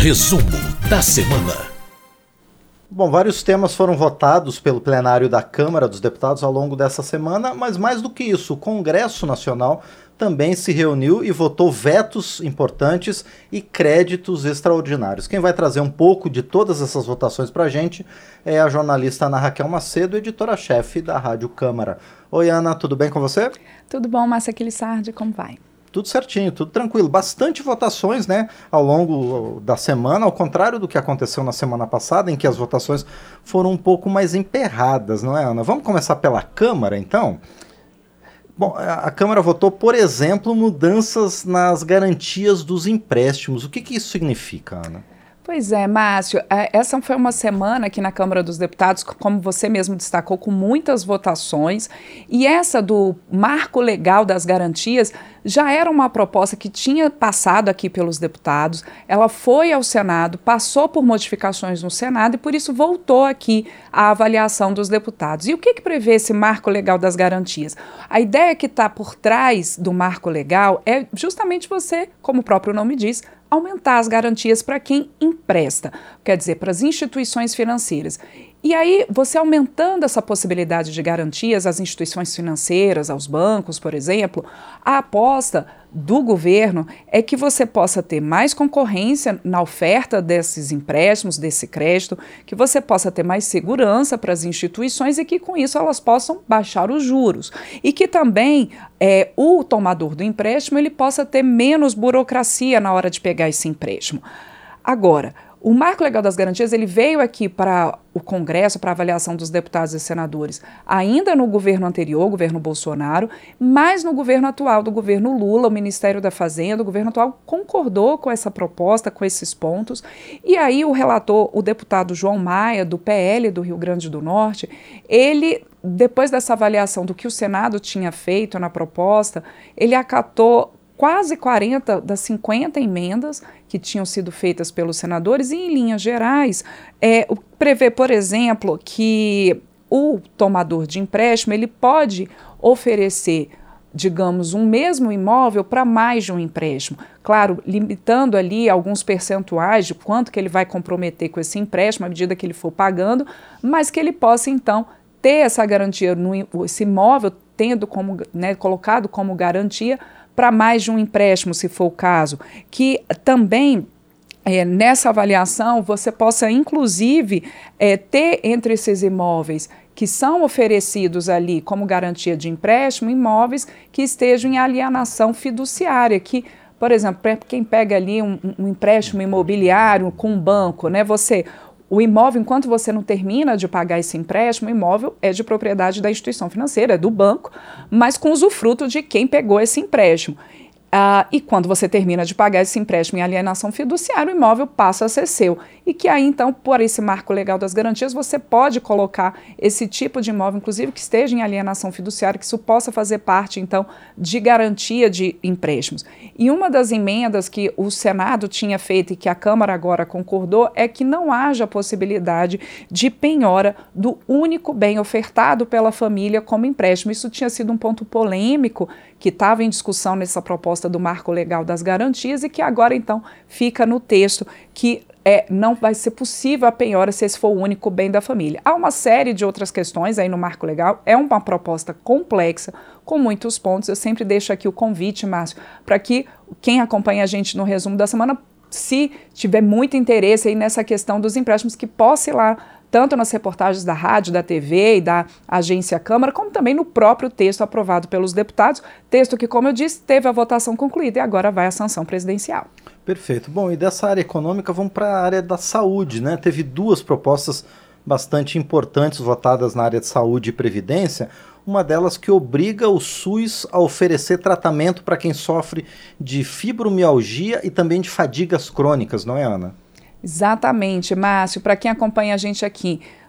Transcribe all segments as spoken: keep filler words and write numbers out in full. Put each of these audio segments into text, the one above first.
Resumo da semana. Bom, vários temas foram votados pelo plenário da Câmara dos Deputados ao longo dessa semana, mas mais do que isso, o Congresso Nacional também se reuniu e votou vetos importantes e créditos extraordinários. Quem vai trazer um pouco de todas essas votações para a gente é a jornalista Ana Raquel Macedo, editora-chefe da Rádio Câmara. Oi, Ana, tudo bem com você? Tudo bom, Márcia Aquilissardi, como vai? Tudo certinho, tudo tranquilo. Bastante votações, né, ao longo da semana, ao contrário do que aconteceu na semana passada, em que as votações foram um pouco mais emperradas, não é, Ana? Vamos começar pela Câmara, então? Bom, a Câmara votou, por exemplo, mudanças nas garantias dos empréstimos. O que que isso significa, Ana? Pois é, Márcio, essa foi uma semana aqui na Câmara dos Deputados, como você mesmo destacou, com muitas votações, e essa do marco legal das garantias já era uma proposta que tinha passado aqui pelos deputados, ela foi ao Senado, passou por modificações no Senado e por isso voltou aqui à avaliação dos deputados. E o que que prevê esse marco legal das garantias? A ideia que está por trás do marco legal é justamente você, como o próprio nome diz, aumentar as garantias para quem empresta, quer dizer, para as instituições financeiras. E aí, você aumentando essa possibilidade de garantias às instituições financeiras, aos bancos, por exemplo, a aposta do governo é que você possa ter mais concorrência na oferta desses empréstimos, desse crédito, que você possa ter mais segurança para as instituições e que com isso elas possam baixar os juros. E que também é, o tomador do empréstimo ele possa ter menos burocracia na hora de pegar esse empréstimo. Agora, o Marco Legal das Garantias ele veio aqui para o Congresso, para avaliação dos deputados e senadores, ainda no governo anterior, governo Bolsonaro, mas no governo atual, do governo Lula, o Ministério da Fazenda, o governo atual concordou com essa proposta, com esses pontos, e aí o relator, o deputado João Maia, do P L do Rio Grande do Norte, ele, depois dessa avaliação do que o Senado tinha feito na proposta, ele acatou quase quarenta das cinquenta emendas que tinham sido feitas pelos senadores e, em linhas gerais, é, prevê, por exemplo, que o tomador de empréstimo ele pode oferecer, digamos, um mesmo imóvel para mais de um empréstimo. Claro, limitando ali alguns percentuais de quanto que ele vai comprometer com esse empréstimo à medida que ele for pagando, mas que ele possa, então, ter essa garantia, no, esse imóvel tendo como, né, colocado como garantia para mais de um empréstimo, se for o caso, que também é, nessa avaliação você possa inclusive é, ter entre esses imóveis que são oferecidos ali como garantia de empréstimo, imóveis que estejam em alienação fiduciária, que, por exemplo, quem pega ali um, um empréstimo imobiliário com um banco, né, você... O imóvel, enquanto você não termina de pagar esse empréstimo, o imóvel é de propriedade da instituição financeira, é do banco, mas com usufruto de quem pegou esse empréstimo. Ah, e quando você termina de pagar esse empréstimo em alienação fiduciária, o imóvel passa a ser seu. E que aí, então, por esse marco legal das garantias, você pode colocar esse tipo de imóvel, inclusive que esteja em alienação fiduciária, que isso possa fazer parte, então, de garantia de empréstimos. E uma das emendas que o Senado tinha feito e que a Câmara agora concordou é que não haja possibilidade de penhora do único bem ofertado pela família como empréstimo. Isso tinha sido um ponto polêmico que estava em discussão nessa proposta do Marco Legal das Garantias e que agora, então, fica no texto que é, não vai ser possível a penhora se esse for o único bem da família. Há uma série de outras questões aí no Marco Legal, é uma proposta complexa, com muitos pontos. Eu sempre deixo aqui o convite, Márcio, para que quem acompanha a gente no resumo da semana, se tiver muito interesse aí nessa questão dos empréstimos, que possa ir lá, tanto nas reportagens da rádio, da T V e da agência Câmara, como também no próprio texto aprovado pelos deputados, texto que, como eu disse, teve a votação concluída e agora vai à sanção presidencial. Perfeito. Bom, e dessa área econômica vamos para a área da saúde, né? Teve duas propostas bastante importantes votadas na área de saúde e previdência, uma delas que obriga o SUS a oferecer tratamento para quem sofre de fibromialgia e também de fadigas crônicas, não é, Ana? Exatamente, Márcio. Para quem acompanha a gente aqui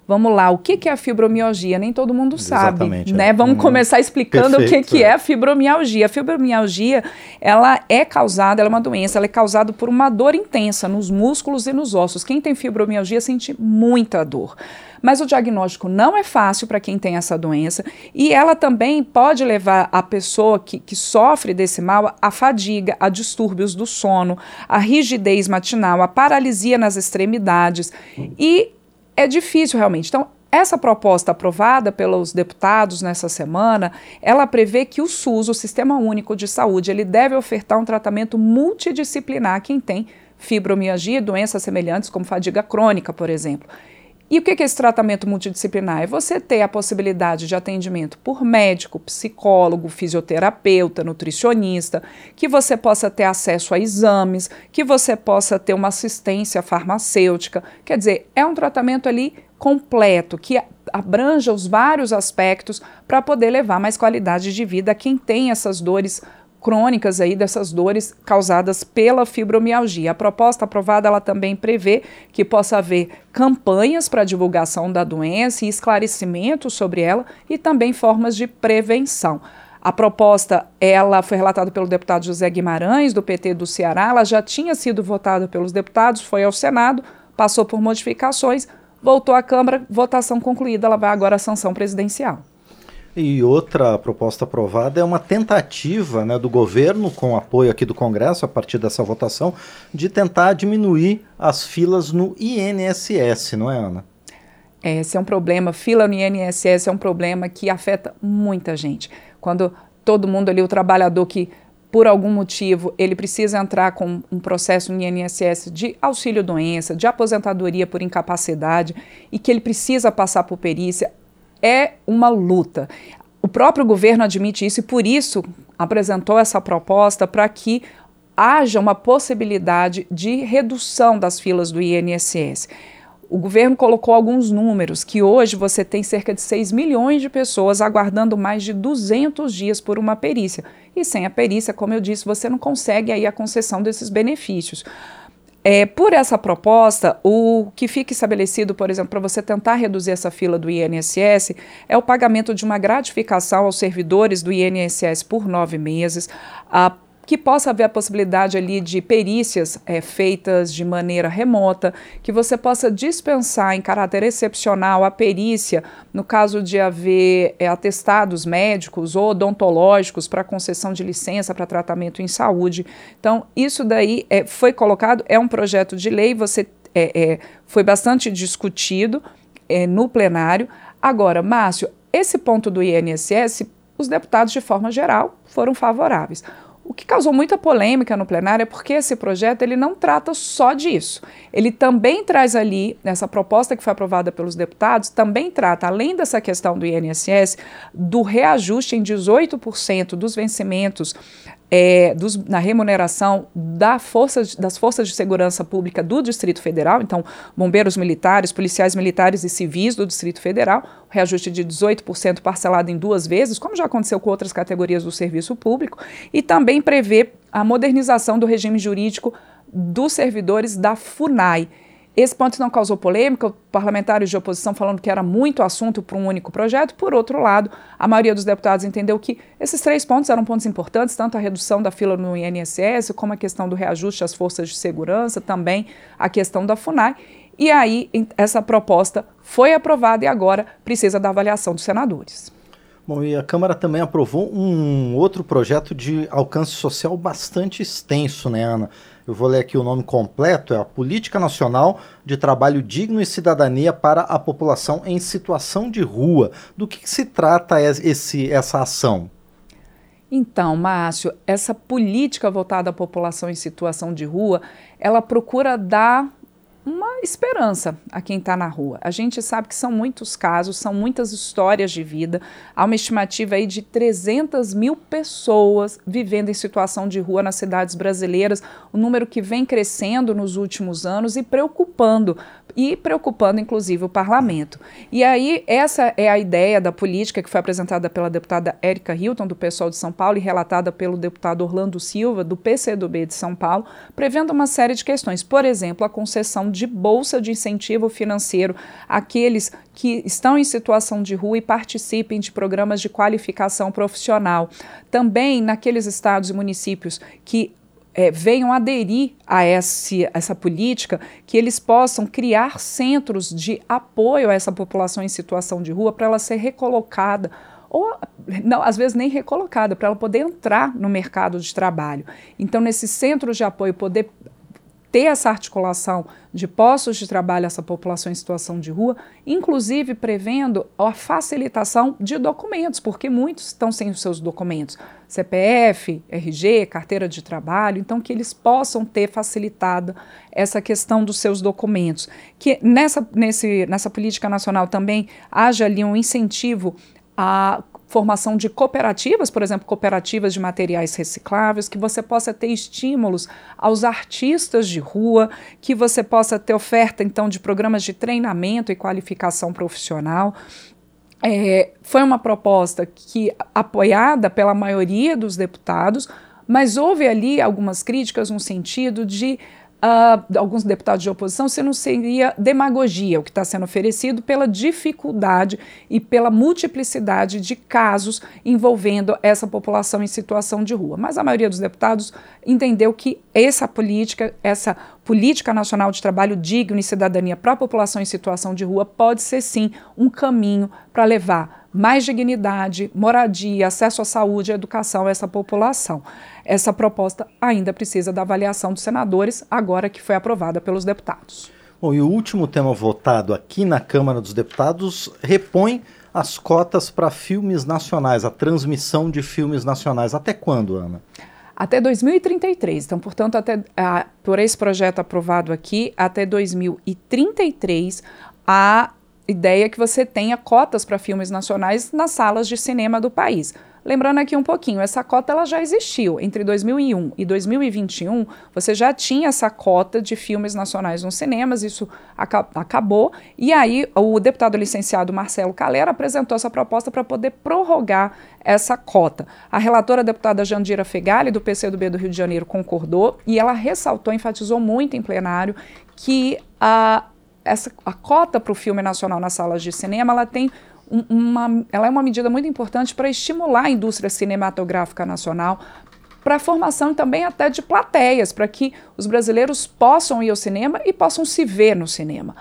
Vamos lá, o que, que é a fibromialgia? Nem todo mundo sabe, Exatamente, né? é. Vamos Hum, começar explicando perfeito, o que, que é. é a fibromialgia. A fibromialgia, ela é causada, ela é uma doença, ela é causada por uma dor intensa nos músculos e nos ossos. Quem tem fibromialgia sente muita dor. Mas o diagnóstico não é fácil para quem tem essa doença e ela também pode levar a pessoa que, que sofre desse mal a fadiga, a distúrbios do sono, a rigidez matinal, a paralisia nas extremidades e é difícil realmente. Então, essa proposta aprovada pelos deputados nessa semana, ela prevê que o SUS, o Sistema Único de Saúde, ele deve ofertar um tratamento multidisciplinar a quem tem fibromialgia e doenças semelhantes como fadiga crônica, por exemplo. E o que é esse tratamento multidisciplinar? É você ter a possibilidade de atendimento por médico, psicólogo, fisioterapeuta, nutricionista, que você possa ter acesso a exames, que você possa ter uma assistência farmacêutica. Quer dizer, é um tratamento ali completo, que abranja os vários aspectos para poder levar mais qualidade de vida a quem tem essas dores crônicas aí, dessas dores causadas pela fibromialgia. A proposta aprovada, ela também prevê que possa haver campanhas para divulgação da doença e esclarecimento sobre ela e também formas de prevenção. A proposta, ela foi relatada pelo deputado José Guimarães, do P T do Ceará, ela já tinha sido votada pelos deputados, foi ao Senado, passou por modificações, voltou à Câmara, votação concluída, ela vai agora à sanção presidencial. E outra proposta aprovada é uma tentativa, né, do governo, com apoio aqui do Congresso, a partir dessa votação, de tentar diminuir as filas no I N S S, não é, Ana? Esse é um problema, fila no I N S S é um problema que afeta muita gente. Quando todo mundo ali, o trabalhador que, por algum motivo, ele precisa entrar com um processo no I N S S de auxílio-doença, de aposentadoria por incapacidade, e que ele precisa passar por perícia, é uma luta. O próprio governo admite isso e, por isso, apresentou essa proposta para que haja uma possibilidade de redução das filas do I N S S. O governo colocou alguns números, que hoje você tem cerca de seis milhões de pessoas aguardando mais de duzentos dias por uma perícia. E sem a perícia, como eu disse, você não consegue aí a concessão desses benefícios. É, por essa proposta, o que fica estabelecido, por exemplo, para você tentar reduzir essa fila do I N S S, é o pagamento de uma gratificação aos servidores do I N S S por nove meses, a que possa haver a possibilidade ali de perícias é, feitas de maneira remota, que você possa dispensar em caráter excepcional a perícia no caso de haver é, atestados médicos ou odontológicos para concessão de licença para tratamento em saúde. Então, isso daí é, foi colocado, é um projeto de lei, você é, é, foi bastante discutido é, no plenário. Agora, Márcio, esse ponto do I N S S, os deputados, de forma geral, foram favoráveis. O que causou muita polêmica no plenário é porque esse projeto ele não trata só disso. Ele também traz ali, nessa proposta que foi aprovada pelos deputados, também trata, além dessa questão do I N S S, do reajuste em dezoito por cento dos vencimentos é, dos, na remuneração da força, das forças de segurança pública do Distrito Federal, então bombeiros militares, policiais militares e civis do Distrito Federal, reajuste de dezoito por cento parcelado em duas vezes, como já aconteceu com outras categorias do serviço público, e também prevê a modernização do regime jurídico dos servidores da FUNAI. Esse ponto não causou polêmica, parlamentares de oposição falando que era muito assunto para um único projeto. Por outro lado, a maioria dos deputados entendeu que esses três pontos eram pontos importantes, tanto a redução da fila no I N S S, como a questão do reajuste às forças de segurança, também a questão da FUNAI. E aí, essa proposta foi aprovada e agora precisa da avaliação dos senadores. Bom, e a Câmara também aprovou um outro projeto de alcance social bastante extenso, né, Ana? Eu vou ler aqui o nome completo, é a Política Nacional de Trabalho Digno e Cidadania para a População em Situação de Rua. Do que, que se trata esse, essa ação? Então, Márcio, essa política voltada à população em situação de rua, ela procura dar uma esperança a quem está na rua. A gente sabe que são muitos casos, são muitas histórias de vida. Há uma estimativa aí de trezentas mil pessoas vivendo em situação de rua nas cidades brasileiras, um número que vem crescendo nos últimos anos e preocupando, e preocupando inclusive o parlamento. E aí essa é a ideia da política que foi apresentada pela deputada Érica Hilton, do PSOL de São Paulo, e relatada pelo deputado Orlando Silva, do P C do B de São Paulo, prevendo uma série de questões. Por exemplo, a concessão de bolsas bolsa de incentivo financeiro àqueles que estão em situação de rua e participem de programas de qualificação profissional. Também naqueles estados e municípios que É, venham aderir a esse, essa política, que eles possam criar centros de apoio a essa população em situação de rua para ela ser recolocada, ou não, às vezes nem recolocada, para ela poder entrar no mercado de trabalho. Então, nesses centros de apoio, poder ter essa articulação de postos de trabalho a essa população em situação de rua, inclusive prevendo a facilitação de documentos, porque muitos estão sem os seus documentos, C P F, R G, carteira de trabalho, então que eles possam ter facilitada essa questão dos seus documentos. Que nessa, nesse, nessa política nacional também haja ali um incentivo à formação de cooperativas, por exemplo, cooperativas de materiais recicláveis, que você possa ter estímulos aos artistas de rua, que você possa ter oferta, então, de programas de treinamento e qualificação profissional. É, foi uma proposta que, apoiada pela maioria dos deputados, mas houve ali algumas críticas no sentido de Uh, alguns deputados de oposição, se não seria demagogia o que está sendo oferecido pela dificuldade e pela multiplicidade de casos envolvendo essa população em situação de rua. Mas a maioria dos deputados entendeu que essa política, essa política nacional de trabalho digno e cidadania para a população em situação de rua pode ser sim um caminho para levar mais dignidade, moradia, acesso à saúde e educação a essa população. Essa proposta ainda precisa da avaliação dos senadores, agora que foi aprovada pelos deputados. Bom, e o último tema votado aqui na Câmara dos Deputados repõe as cotas para filmes nacionais, a transmissão de filmes nacionais. Até quando, Ana? Até dois mil e trinta e três. Então, portanto, até, a, por esse projeto aprovado aqui, até dois mil e trinta e três, a ideia é que você tenha cotas para filmes nacionais nas salas de cinema do país. Lembrando aqui um pouquinho, essa cota ela já existiu. Entre dois mil e um e dois mil e vinte e um, você já tinha essa cota de filmes nacionais nos cinemas, isso aca- acabou. E aí, o deputado licenciado Marcelo Calera apresentou essa proposta para poder prorrogar essa cota. A relatora, a deputada Jandira Fegali, do P C do B do Rio de Janeiro, concordou e ela ressaltou, enfatizou muito em plenário que a Essa, a cota para o filme nacional nas salas de cinema, ela tem um, uma, ela é uma medida muito importante para estimular a indústria cinematográfica nacional, para a formação também até de plateias, para que os brasileiros possam ir ao cinema e possam se ver no cinema.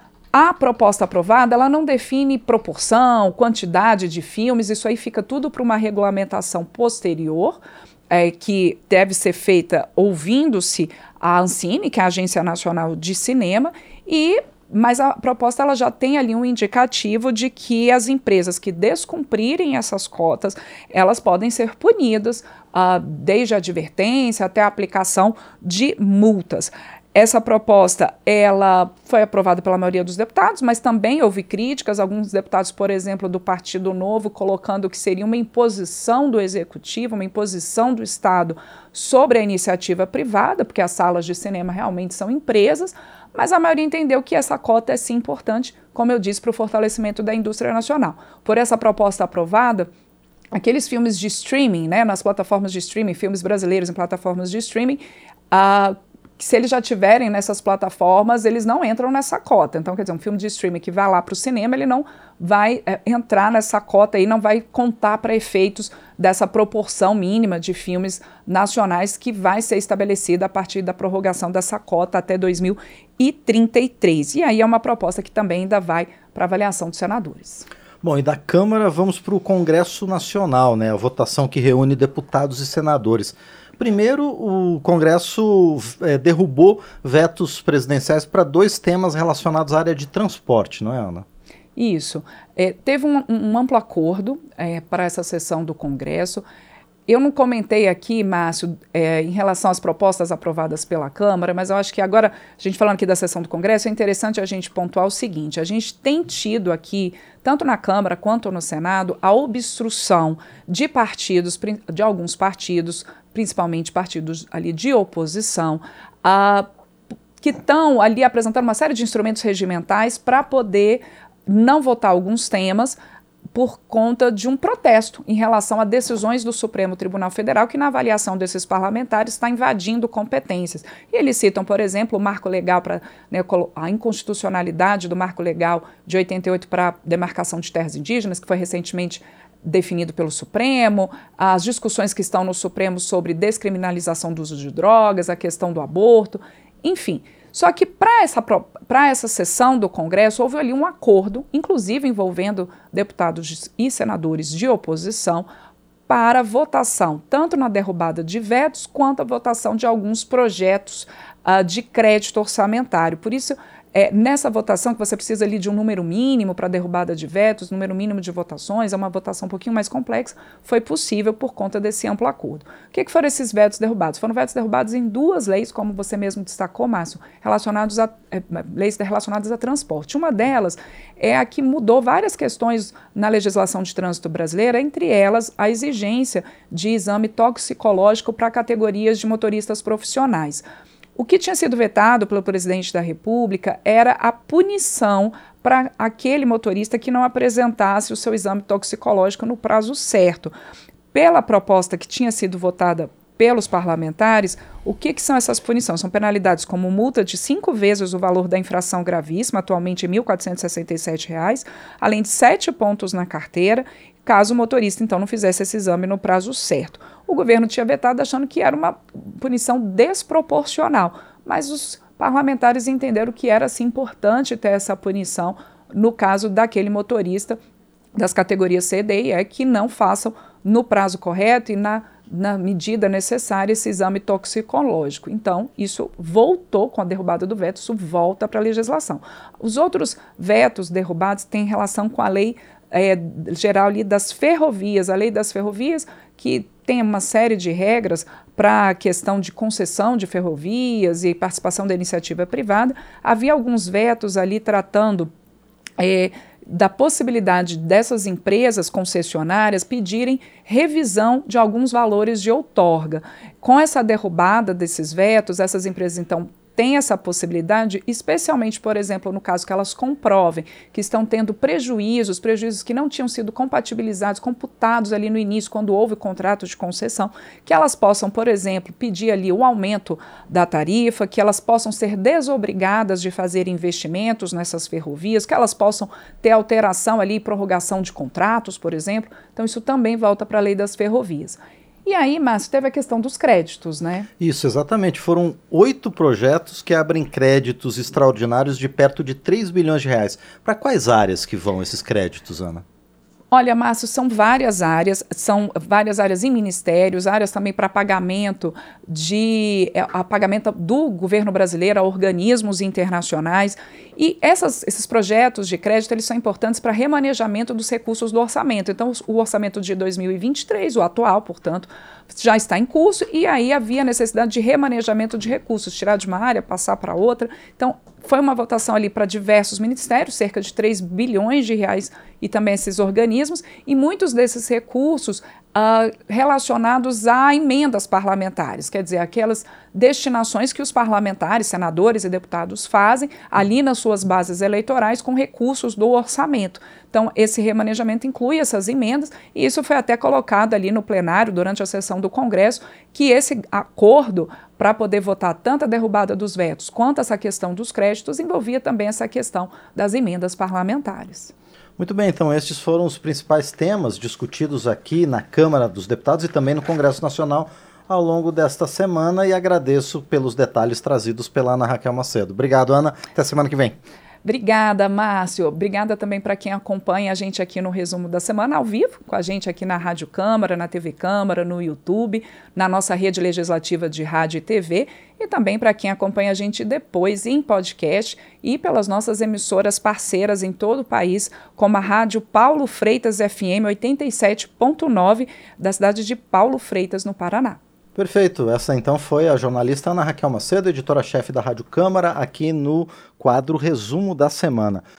A proposta aprovada, ela não define proporção, quantidade de filmes, isso aí fica tudo para uma regulamentação posterior, é, que deve ser feita ouvindo-se a Ancine, que é a Agência Nacional de Cinema, e mas a proposta ela já tem ali um indicativo de que as empresas que descumprirem essas cotas, elas podem ser punidas, uh, desde a advertência até a aplicação de multas. Essa proposta ela foi aprovada pela maioria dos deputados, mas também houve críticas, alguns deputados, por exemplo, do Partido Novo, colocando que seria uma imposição do Executivo, uma imposição do Estado sobre a iniciativa privada, porque as salas de cinema realmente são empresas, mas a maioria entendeu que essa cota é sim importante, como eu disse, para o fortalecimento da indústria nacional. Por essa proposta aprovada, aqueles filmes de streaming, né, nas plataformas de streaming, filmes brasileiros em plataformas de streaming, uh, se eles já tiverem nessas plataformas, eles não entram nessa cota. Então, quer dizer, um filme de streaming que vai lá para o cinema, ele não vai é, entrar nessa cota e não vai contar para efeitos dessa proporção mínima de filmes nacionais que vai ser estabelecida a partir da prorrogação dessa cota até dois mil e trinta e três. E aí é uma proposta que também ainda vai para avaliação dos senadores. Bom, e da Câmara vamos para o Congresso Nacional, né? A votação que reúne deputados e senadores. Primeiro, o Congresso é, derrubou vetos presidenciais para dois temas relacionados à área de transporte, não é, Ana? Isso. É, teve um, um amplo acordo é, para essa sessão do Congresso. Eu não comentei aqui, Márcio, é, em relação às propostas aprovadas pela Câmara, mas eu acho que agora, a gente falando aqui da sessão do Congresso, é interessante a gente pontuar o seguinte: a gente tem tido aqui, tanto na Câmara quanto no Senado, a obstrução de partidos, de alguns partidos, principalmente partidos ali de oposição, a, que estão ali apresentando uma série de instrumentos regimentais para poder não votar alguns temas, por conta de um protesto em relação a decisões do Supremo Tribunal Federal que, na avaliação desses parlamentares, está invadindo competências. E eles citam, por exemplo, o marco legal para, né, a inconstitucionalidade do marco legal de oitenta e oito para a demarcação de terras indígenas, que foi recentemente definido pelo Supremo, as discussões que estão no Supremo sobre descriminalização do uso de drogas, a questão do aborto, enfim. Só que para essa, para essa sessão do Congresso houve ali um acordo, inclusive envolvendo deputados e senadores de oposição, para votação, tanto na derrubada de vetos, quanto a votação de alguns projetos uh, de crédito orçamentário. Por isso, É, nessa votação, que você precisa ali de um número mínimo para derrubada de vetos, número mínimo de votações, é uma votação um pouquinho mais complexa, foi possível por conta desse amplo acordo. O que, que foram esses vetos derrubados? Foram vetos derrubados em duas leis, como você mesmo destacou, Márcio, relacionados a, é, leis relacionadas a transporte. Uma delas é a que mudou várias questões na legislação de trânsito brasileira, entre elas a exigência de exame toxicológico para categorias de motoristas profissionais. O que tinha sido vetado pelo presidente da República era a punição para aquele motorista que não apresentasse o seu exame toxicológico no prazo certo. Pela proposta que tinha sido votada pelos parlamentares, o que, que são essas punições? São penalidades como multa de cinco vezes o valor da infração gravíssima, atualmente mil quatrocentos e sessenta e sete reais, além de sete pontos na carteira, caso o motorista, então, não fizesse esse exame no prazo certo. O governo tinha vetado achando que era uma punição desproporcional, mas os parlamentares entenderam que era, sim, importante ter essa punição no caso daquele motorista das categorias C, D e E que não façam no prazo correto e na, na medida necessária esse exame toxicológico. Então, isso voltou com a derrubada do veto, isso volta para a legislação. Os outros vetos derrubados têm relação com a lei É, geral ali das ferrovias, a lei das ferrovias, que tem uma série de regras para a questão de concessão de ferrovias e participação da iniciativa privada. Havia alguns vetos ali tratando é, da possibilidade dessas empresas concessionárias pedirem revisão de alguns valores de outorga. Com essa derrubada desses vetos, essas empresas, então, tem essa possibilidade, especialmente, por exemplo, no caso que elas comprovem que estão tendo prejuízos, prejuízos que não tinham sido compatibilizados, computados ali no início, quando houve o contrato de concessão, que elas possam, por exemplo, pedir ali o aumento da tarifa, que elas possam ser desobrigadas de fazer investimentos nessas ferrovias, que elas possam ter alteração ali, prorrogação de contratos, por exemplo. Então, isso também volta para a lei das ferrovias. E aí, Márcio, teve a questão dos créditos, né? Isso, exatamente. Foram oito projetos que abrem créditos extraordinários de perto de três bilhões de reais. Para quais áreas que vão esses créditos, Ana? Olha, Márcio, são várias áreas, são várias áreas em ministérios, áreas também para pagamento de a pagamento do governo brasileiro a organismos internacionais. E essas, esses projetos de crédito, eles são importantes para remanejamento dos recursos do orçamento. Então, o orçamento de dois mil e vinte e três, o atual, portanto, já está em curso, e aí havia necessidade de remanejamento de recursos, tirar de uma área, passar para outra. Então, foi uma votação ali para diversos ministérios, cerca de três bilhões de reais, e também esses organismos, e muitos desses recursos uh, relacionados a emendas parlamentares, quer dizer, aquelas destinações que os parlamentares, senadores e deputados fazem ali nas suas bases eleitorais com recursos do orçamento. Então, esse remanejamento inclui essas emendas, e isso foi até colocado ali no plenário durante a sessão do Congresso, que esse acordo para poder votar tanto a derrubada dos vetos quanto essa questão dos créditos envolvia também essa questão das emendas parlamentares. Muito bem, então estes foram os principais temas discutidos aqui na Câmara dos Deputados e também no Congresso Nacional ao longo desta semana, e agradeço pelos detalhes trazidos pela Ana Raquel Macedo. Obrigado, Ana. Até semana que vem. Obrigada, Márcio. Obrigada também para quem acompanha a gente aqui no Resumo da Semana, ao vivo, com a gente aqui na Rádio Câmara, na T V Câmara, no YouTube, na nossa rede legislativa de rádio e T V, e também para quem acompanha a gente depois em podcast e pelas nossas emissoras parceiras em todo o país, como a Rádio Paulo Freitas F M oitenta e sete ponto nove, da cidade de Paulo Freitas, no Paraná. Perfeito, essa então foi a jornalista Ana Raquel Macedo, editora-chefe da Rádio Câmara, aqui no quadro Resumo da Semana.